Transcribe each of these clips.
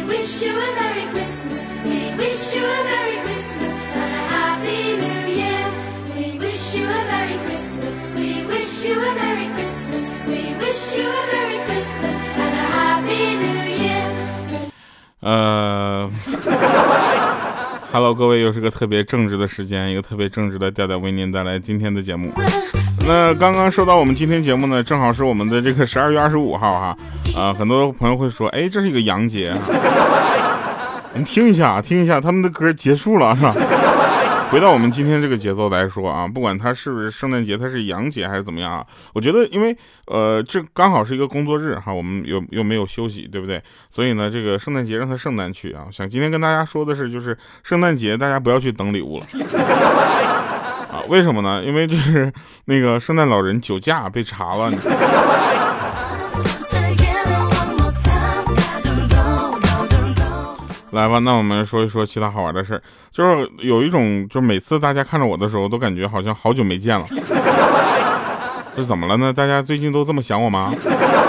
wish you a Merry Christmas. We wish you a Merry Christmas and a Happy New Year. We wish you a Merry Christmas. We wish you a Merry Christmas. We wish you a Merry Christmas and a Happy New Year。Hello， 各位，又是个特别正直的时间，一个特别正直的调调为您带来今天的节目。那刚刚说到我们今天节目呢，正好是我们的这个12月25号哈，很多朋友会说，哎，这是一个洋节，你听一下，他们的歌结束了是吧？回到我们今天这个节奏来说啊，不管它是不是圣诞节，它是洋节还是怎么样啊，我觉得因为这刚好是一个工作日哈，我们又没有休息，对不对？所以呢，这个圣诞节让它圣诞去啊。想今天跟大家说的是，就是圣诞节大家不要去等礼物了啊，为什么呢？因为就是那个圣诞老人酒驾被查了。来吧，那我们说一说其他好玩的事儿。就是有一种，就是每次大家看着我的时候，都感觉好像好久没见了。这怎么了呢？大家最近都这么想我吗？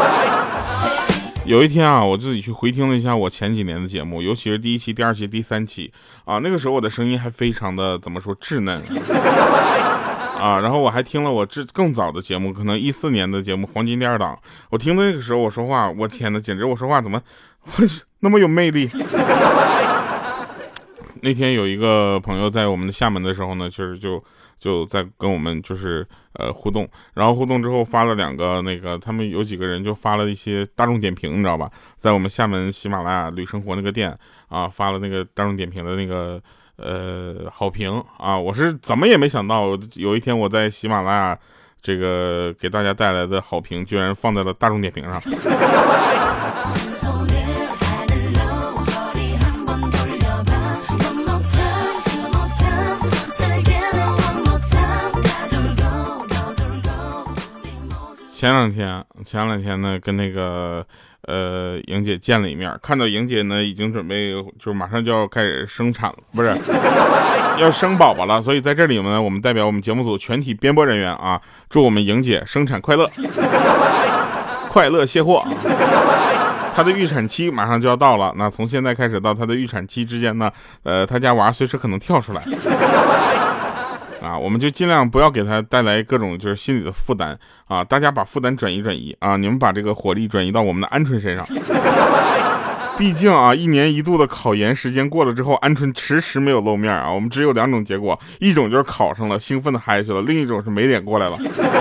有一天啊，我自己去回听了一下我前几年的节目，尤其是第1期、第2期、第3期啊，那个时候我的声音还非常的怎么说稚嫩啊。然后我还听了我更早的节目，可能14年的节目《黄金第2档》，我听那个时候我说话，我天哪，简直我说话怎么那么有魅力。那天有一个朋友在我们的厦门的时候呢，就在跟我们就是互动，然后互动之后发了2个那个，他们有几个人就发了一些大众点评，你知道吧？在我们厦门喜马拉雅旅生活那个店啊，发了那个大众点评的那个好评啊。我是怎么也没想到，有一天我在喜马拉雅这个给大家带来的好评，居然放在了大众点评上。前两天呢，跟那个莹姐见了一面，看到莹姐呢已经准备就马上就要开始生产了，不是要生宝宝了，所以在这里呢，我们代表我们节目组全体编播人员啊，祝我们莹姐生产快乐，快乐卸货。她的预产期马上就要到了，那从现在开始到她的预产期之间呢，她家娃随时可能跳出来。啊，我们就尽量不要给他带来各种就是心理的负担啊！大家把负担转移啊！你们把这个火力转移到我们的鹌鹑身上。毕竟啊，1年1度的考研时间过了之后，鹌鹑迟迟没有露面啊！我们只有2种结果，一种就是考上了，兴奋的嗨去了；另一种是没脸过来了。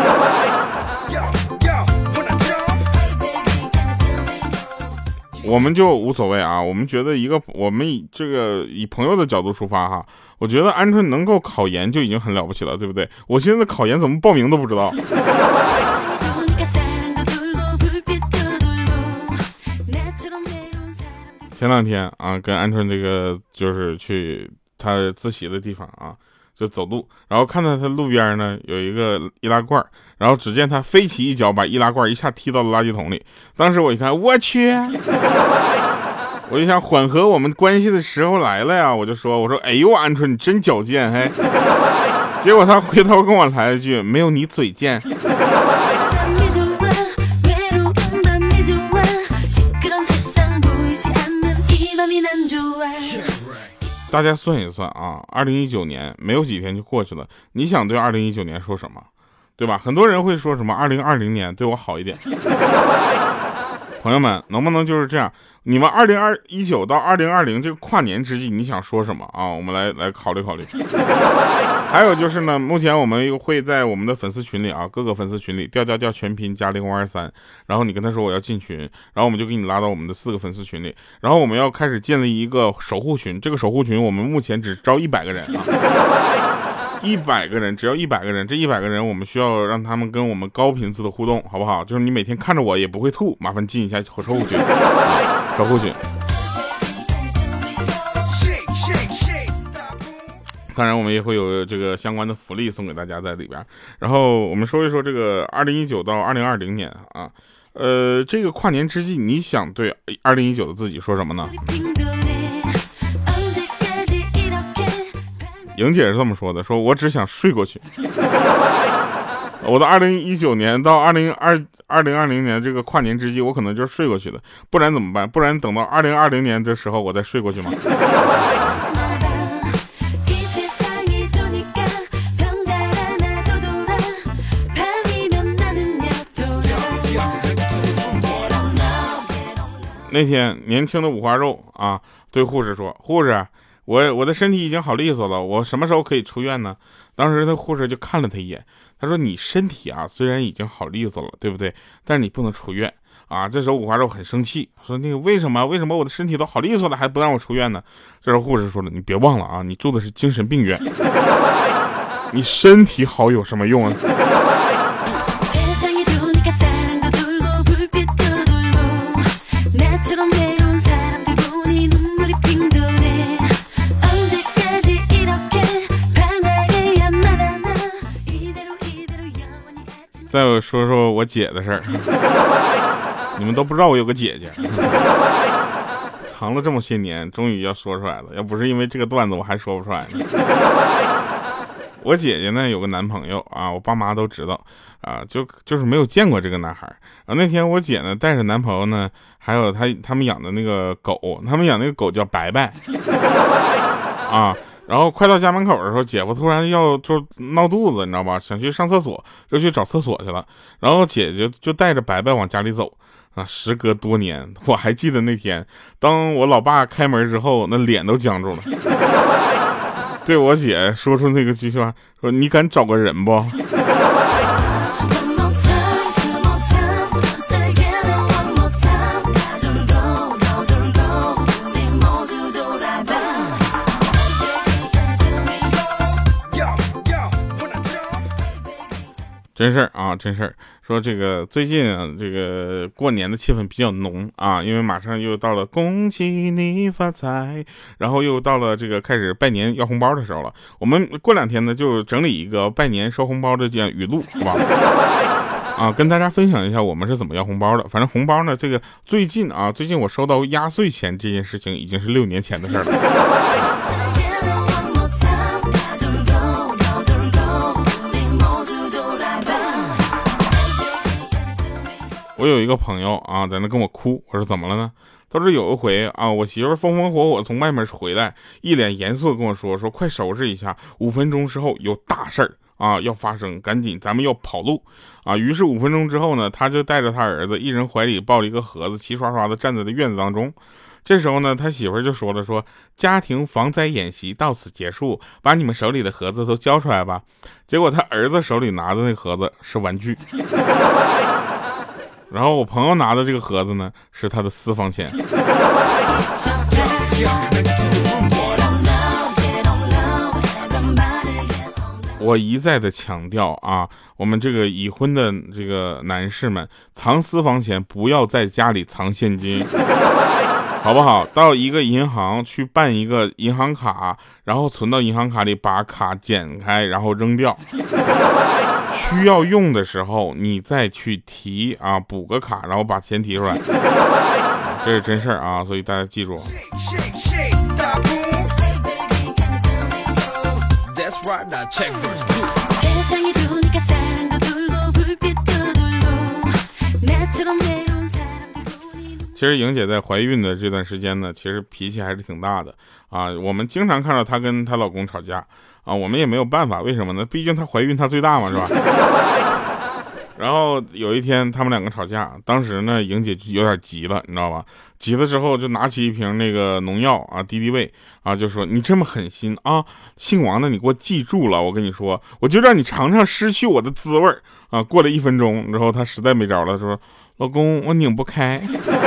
我们就无所谓啊，我们觉得我们以朋友的角度出发哈，我觉得鹌鹑能够考研就已经很了不起了，对不对？我现在考研怎么报名都不知道。前2天啊，跟鹌鹑这个就是去他自习的地方啊，就走路，然后看到他路边呢有一个易拉罐，然后只见他飞起一脚把易拉罐一下踢到了垃圾桶里。当时我一看，我去，我就想缓和我们关系的时候来了呀，我说哎呦鹌鹑你真矫健嘿。结果他回头跟我来了句，没有你嘴贱。大家算一算啊，2019年没有几天就过去了，你想对2019年说什么？对吧？很多人会说什么2020年对我好一点。朋友们，能不能就是这样？你们2019到2020这个跨年之际，你想说什么啊？我们来考虑考虑。还有就是呢，目前我们会在我们的粉丝群里啊，各个粉丝群里调全拼加0523，然后你跟他说我要进群，然后我们就给你拉到我们的4个粉丝群里，然后我们要开始建立一个守护群，这个守护群我们目前只招100个人啊。100个人，只要100个人，这100个人我们需要让他们跟我们高频次的互动，好不好？就是你每天看着我也不会吐，麻烦进一下守护群，守护群。当然我们也会有这个相关的福利送给大家在里边。然后我们说一说这个2019到2020年啊，这个跨年之际，你想对2019的自己说什么呢？莹姐是这么说的，说我只想睡过去。 我的2019年到2020年这个跨年之际，我可能就是睡过去的，不然怎么办？不然等到2020年的时候我再睡过去吗？那天年轻的五花肉啊，对护士说：“护士，我的身体已经好利索了，我什么时候可以出院呢？”当时那护士就看了他一眼，他说：“你身体啊虽然已经好利索了，对不对？但是你不能出院啊。”这时候五花肉很生气，说：“那个为什么我的身体都好利索了还不让我出院呢？”这时候护士说了：“你别忘了啊，你住的是精神病院，你身体好有什么用啊？”再我说说我姐的事儿，你们都不知道我有个姐姐，藏了这么些年，终于要说出来了。要不是因为这个段子，我还说不出来呢。我姐姐呢有个男朋友啊，我爸妈都知道啊，就是没有见过这个男孩。然后那天我姐呢带着男朋友呢，还有他们养的那个狗，他们养那个狗叫白白啊。然后快到家门口的时候，姐夫突然就闹肚子，你知道吧？想去上厕所，就去找厕所去了。然后姐姐就带着白白往家里走啊。时隔多年，我还记得那天，当我老爸开门之后，那脸都僵住了，对我姐说出那个句话，说：“你敢找个人不？”真事儿啊，真事儿。说这个最近啊，这个过年的气氛比较浓啊，因为马上又到了恭喜你发财，然后又到了这个开始拜年要红包的时候了。我们过2天呢，就整理一个拜年收红包的这样语录，好吧？啊，跟大家分享一下我们是怎么要红包的。反正红包呢，这个最近我收到压岁钱这件事情已经是6年前的事了。我有一个朋友啊，在那跟我哭，我说怎么了呢？他说有一回啊，我媳妇风风火火从外面回来，一脸严肃的跟我说快收拾一下，5分钟之后有大事儿啊要发生，赶紧咱们要跑路啊。于是5分钟之后呢，他就带着他儿子，一人怀里抱了一个盒子，齐刷刷的站在了院子当中。这时候呢，他媳妇就说了家庭防灾演习到此结束，把你们手里的盒子都交出来吧。结果他儿子手里拿的那盒子是玩具。然后我朋友拿的这个盒子呢，是他的私房钱。我一再的强调啊，我们这个已婚的这个男士们，藏私房钱不要在家里藏现金，好不好？到一个银行去办一个银行卡，然后存到银行卡里，把卡剪开，然后扔掉。需要用的时候，你再去提啊，补个卡，然后把钱提出来，这是真事儿啊，所以大家记住。其实莹姐在怀孕的这段时间呢，其实脾气还是挺大的啊。我们经常看到她跟她老公吵架啊，我们也没有办法，为什么呢？毕竟她怀孕，她最大嘛，是吧？然后有一天他们2个吵架，当时呢莹姐就有点急了，你知道吧？急了之后就拿起一瓶那个农药啊，敌敌畏啊，就说你这么狠心啊，姓王的你给我记住了，我跟你说，我就让你尝尝失去我的滋味啊。过了1分钟之后，他实在没招了，说老公我拧不开。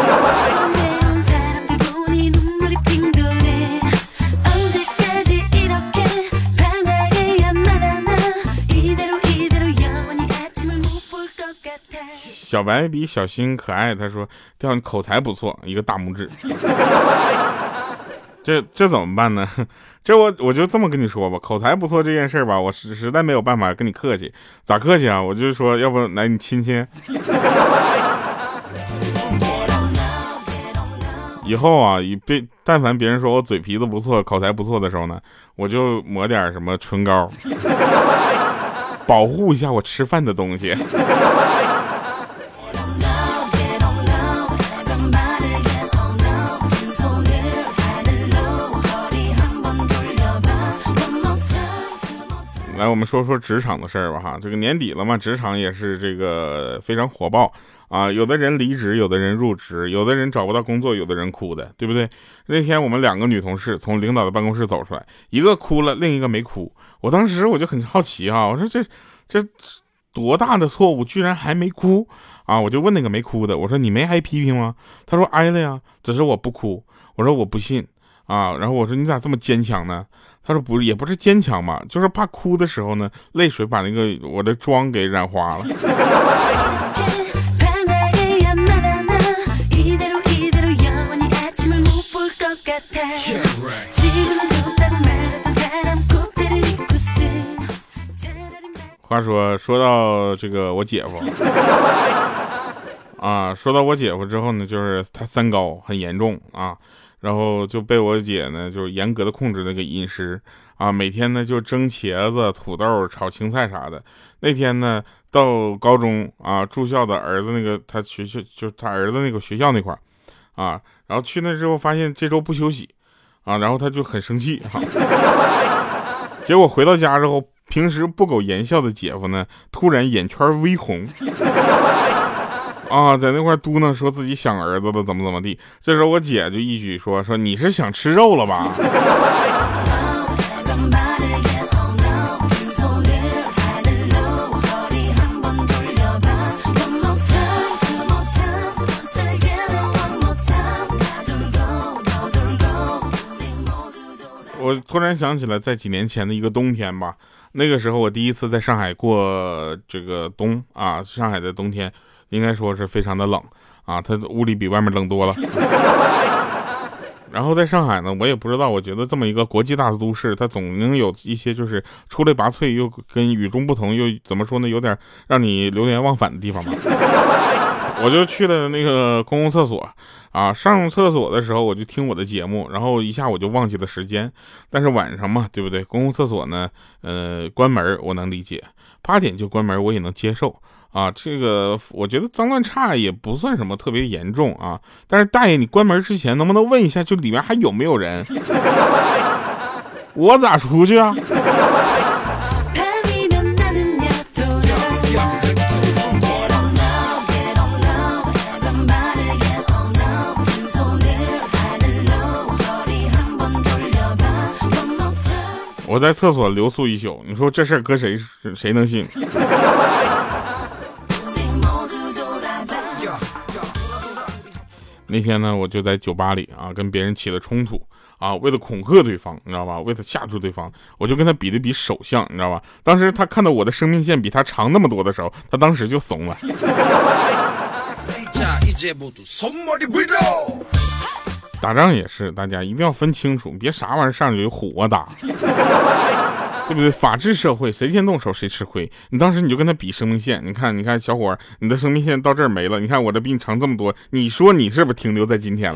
小白比小新可爱，他说掉你口才不错，一个大拇指。这怎么办呢？这我就这么跟你说吧，口才不错这件事吧，我实在没有办法跟你客气。咋客气啊？我就说要不来你亲亲。以后啊，但凡别人说我嘴皮子不错，口才不错的时候呢，我就抹点什么唇膏。 保护一下我吃饭的东西。来，我们说说职场的事儿吧哈。这个年底了嘛，职场也是这个非常火爆啊。有的人离职，有的人入职，有的人找不到工作，有的人哭的，对不对？那天我们2个女同事从领导的办公室走出来，一个哭了，另一个没哭。我当时我就很好奇哈，我说这多大的错误，居然还没哭啊！我就问那个没哭的，我说你没挨批评吗？他说挨了呀，只是我不哭。我说我不信啊，然后我说你咋这么坚强呢？他说不，也不是坚强嘛，就是怕哭的时候呢，泪水把那个我的妆给染花了。话说到这个我姐夫啊，说到我姐夫之后呢，就是他三高很严重啊。然后就被我姐呢，就是严格的控制那个饮食啊，每天呢就蒸茄子、土豆、炒青菜啥的。那天呢到高中啊，住校的儿子那个他学校就是他儿子那个学校那块啊，然后去那之后发现这周不休息啊，然后他就很生气哈。结果回到家之后，平时不苟言笑的姐夫呢，突然眼圈微红。啊，在那块嘟囔说自己想儿子了，怎么地。这时候我姐就一句说你是想吃肉了吧？我突然想起来，在几年前的一个冬天吧，那个时候我第一次在上海过这个冬啊，上海的冬天。应该说是非常的冷啊，它屋里比外面冷多了。然后在上海呢，我也不知道，我觉得这么一个国际大都市，它总能有一些就是出类拔萃又跟与众不同，又怎么说呢，有点让你流连忘返的地方吧。我就去了那个公共厕所啊，上厕所的时候我就听我的节目，然后一下我就忘记了时间。但是晚上嘛，对不对？公共厕所呢，关门我能理解，8点就关门我也能接受。啊，这个我觉得脏乱差也不算什么特别严重啊，但是大爷，你关门之前能不能问一下，就里面还有没有人？我咋出去啊？我在厕所留宿一宿，你说这事儿搁谁能信？那天呢，我就在酒吧里啊，跟别人起了冲突啊，为了恐吓对方，你知道吧？为了吓住对方，我就跟他比了比手相，你知道吧？当时他看到我的生命线比他长那么多的时候，他当时就怂了。打仗也是，大家一定要分清楚，别啥玩意儿上去就唬我打。对不对？法治社会，谁先动手谁吃亏。你当时你就跟他比生命线，你看小伙，你的生命线到这儿没了，你看我这比你长这么多，你说你是不是停留在今天了？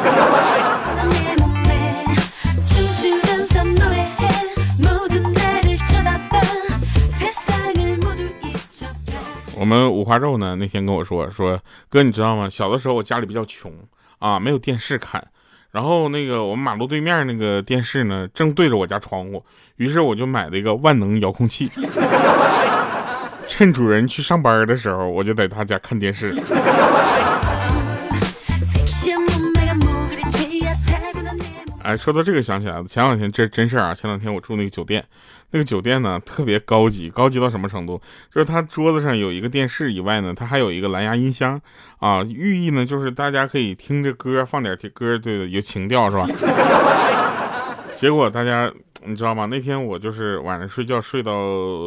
我们五花肉呢那天跟我说哥，你知道吗？小的时候我家里比较穷啊，没有电视看。然后那个我们马路对面那个电视呢，正对着我家窗户，于是我就买了一个万能遥控器，趁主人去上班的时候，我就在他家看电视。哎，说到这个想起来了，前两天这真事儿啊！前两天我住那个酒店，那个酒店呢特别高级到什么程度？就是它桌子上有一个电视以外呢，它还有一个蓝牙音箱啊，寓意呢就是大家可以听着歌，放点歌，对，有情调是吧？结果大家你知道吗？那天我就是晚上睡觉睡到，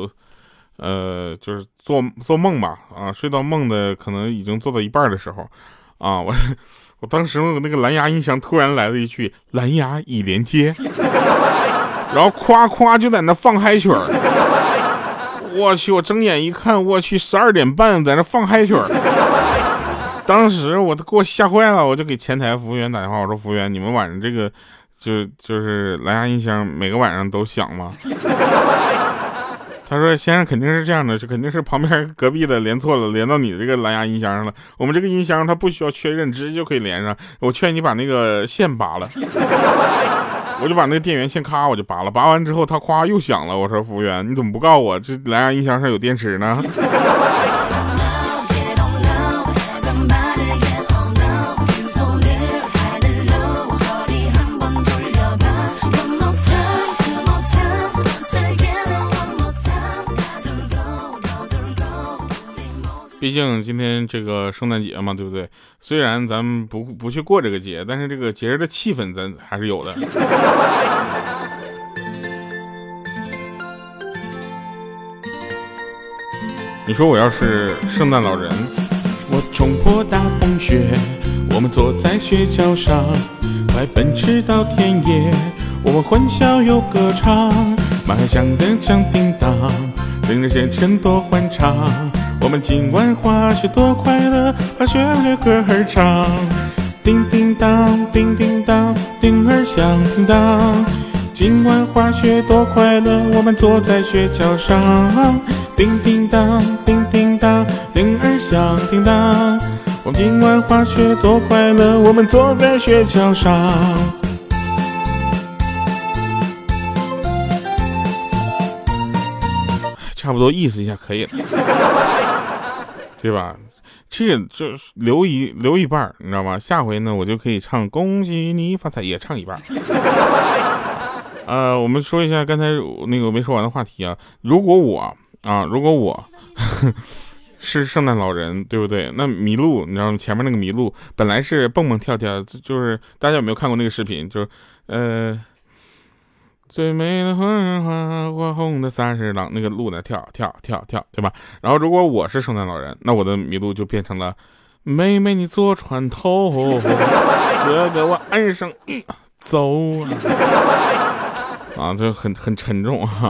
就是做梦吧啊，睡到梦的可能已经做到一半的时候啊，我当时那个蓝牙音响突然来了一句“蓝牙已连接”，然后夸夸就在那放嗨曲儿。我去，我睁眼一看，我去12点半在那放嗨曲儿。当时我都给我吓坏了，我就给前台服务员打电话，我说服务员，你们晚上这个就是蓝牙音箱每个晚上都响吗？ 他说先生肯定是这样的，这肯定是旁边隔壁的连错了，连到你的这个蓝牙音箱上了。我们这个音箱它不需要确认，直接就可以连上。我劝你把那个线拔了。我就把那个电源线咔我就拔了，拔完之后它夸又响了。我说服务员你怎么不告诉我这蓝牙音箱上有电池呢？毕竟今天这个圣诞节嘛，对不对？虽然咱们不去过这个节，但是这个节日的气氛咱还是有的。你说我要是圣诞老人，我冲破大风雪，我们坐在雪橇上，快奔驰到田野，我们欢笑又歌唱，马响的响叮当，令人眼神多欢畅。我们今晚滑雪多快乐，把雪乐歌儿唱。叮叮当，叮叮当，铃儿响叮当。今晚滑雪多快乐，我们坐在雪橇上。叮叮当，叮叮当，铃儿响叮当。我们今晚滑雪多快乐，我们坐在雪橇上。差不多意思一下可以了。对吧？这个就留一半，你知道吗？下回呢，我就可以唱恭喜你发财，也唱一半。我们说一下刚才那个没说完的话题啊。如果我是圣诞老人，对不对？那麋鹿，你知道吗？前面那个麋鹿本来是蹦蹦跳跳，就是大家有没有看过那个视频？就是最美的花花红的30郎，那个鹿呢跳跳跳跳，对吧？然后如果我是圣诞老人，那我的麋鹿就变成了妹妹你坐船头，哥哥我岸上走啊，这很沉重啊。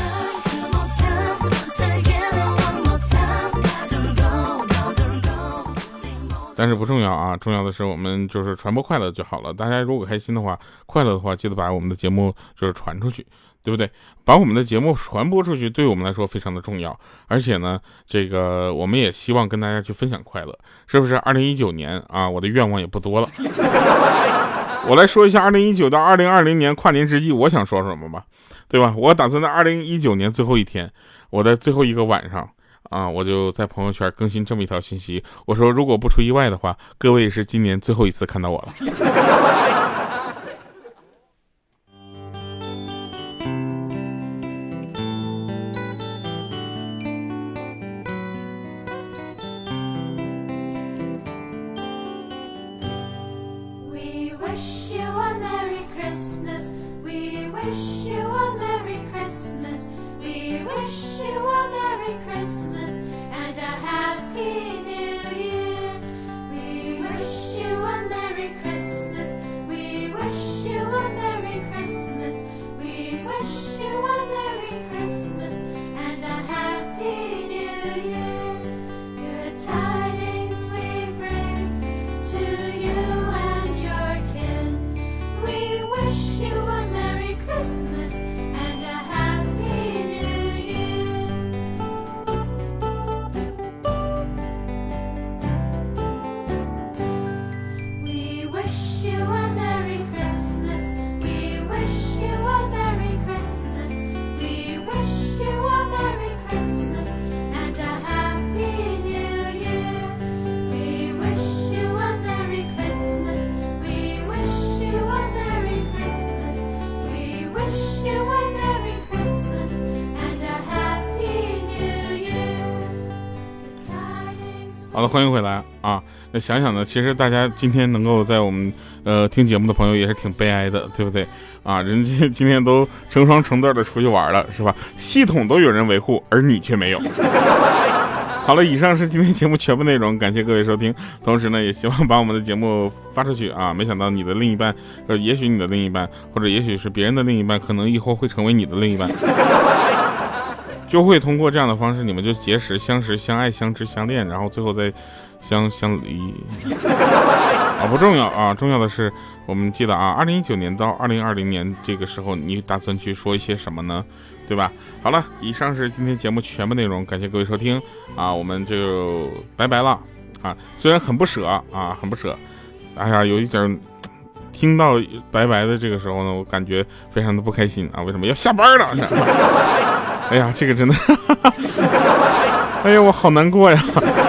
但是不重要啊，重要的是我们就是传播快乐就好了。大家如果开心的话，快乐的话，记得把我们的节目就是传出去，对不对？把我们的节目传播出去，对我们来说非常的重要。而且呢，这个我们也希望跟大家去分享快乐，是不是？2019年啊，我的愿望也不多了。我来说一下2019到2020年跨年之际，我想说什么吧，对吧？我打算在2019年最后一天，我的最后一个晚上。我就在朋友圈更新这么一条信息，我说如果不出意外的话，各位是今年最后一次看到我了。好了，欢迎回来啊！那想想呢，其实大家今天能够在我们听节目的朋友也是挺悲哀的，对不对啊？人家今天都成双成对的出去玩了，是吧？系统都有人维护，而你却没有。好了，以上是今天节目全部内容，感谢各位收听。同时呢，也希望把我们的节目发出去啊！没想到你的另一半，也许你的另一半，或者也许是别人的另一半，可能以后会成为你的另一半。就会通过这样的方式，你们就结识、相识、相爱、相知、相恋，然后最后再相离啊，不重要啊，重要的是我们记得啊，2019年到2020年这个时候，你打算去说一些什么呢？对吧？好了，以上是今天节目全部内容，感谢各位收听啊，我们就拜拜了啊，虽然很不舍啊，很不舍，哎呀，有一点听到拜拜的这个时候呢，我感觉非常的不开心啊，为什么要下班了？哎呀，这个真的，哎呀，我好难过呀。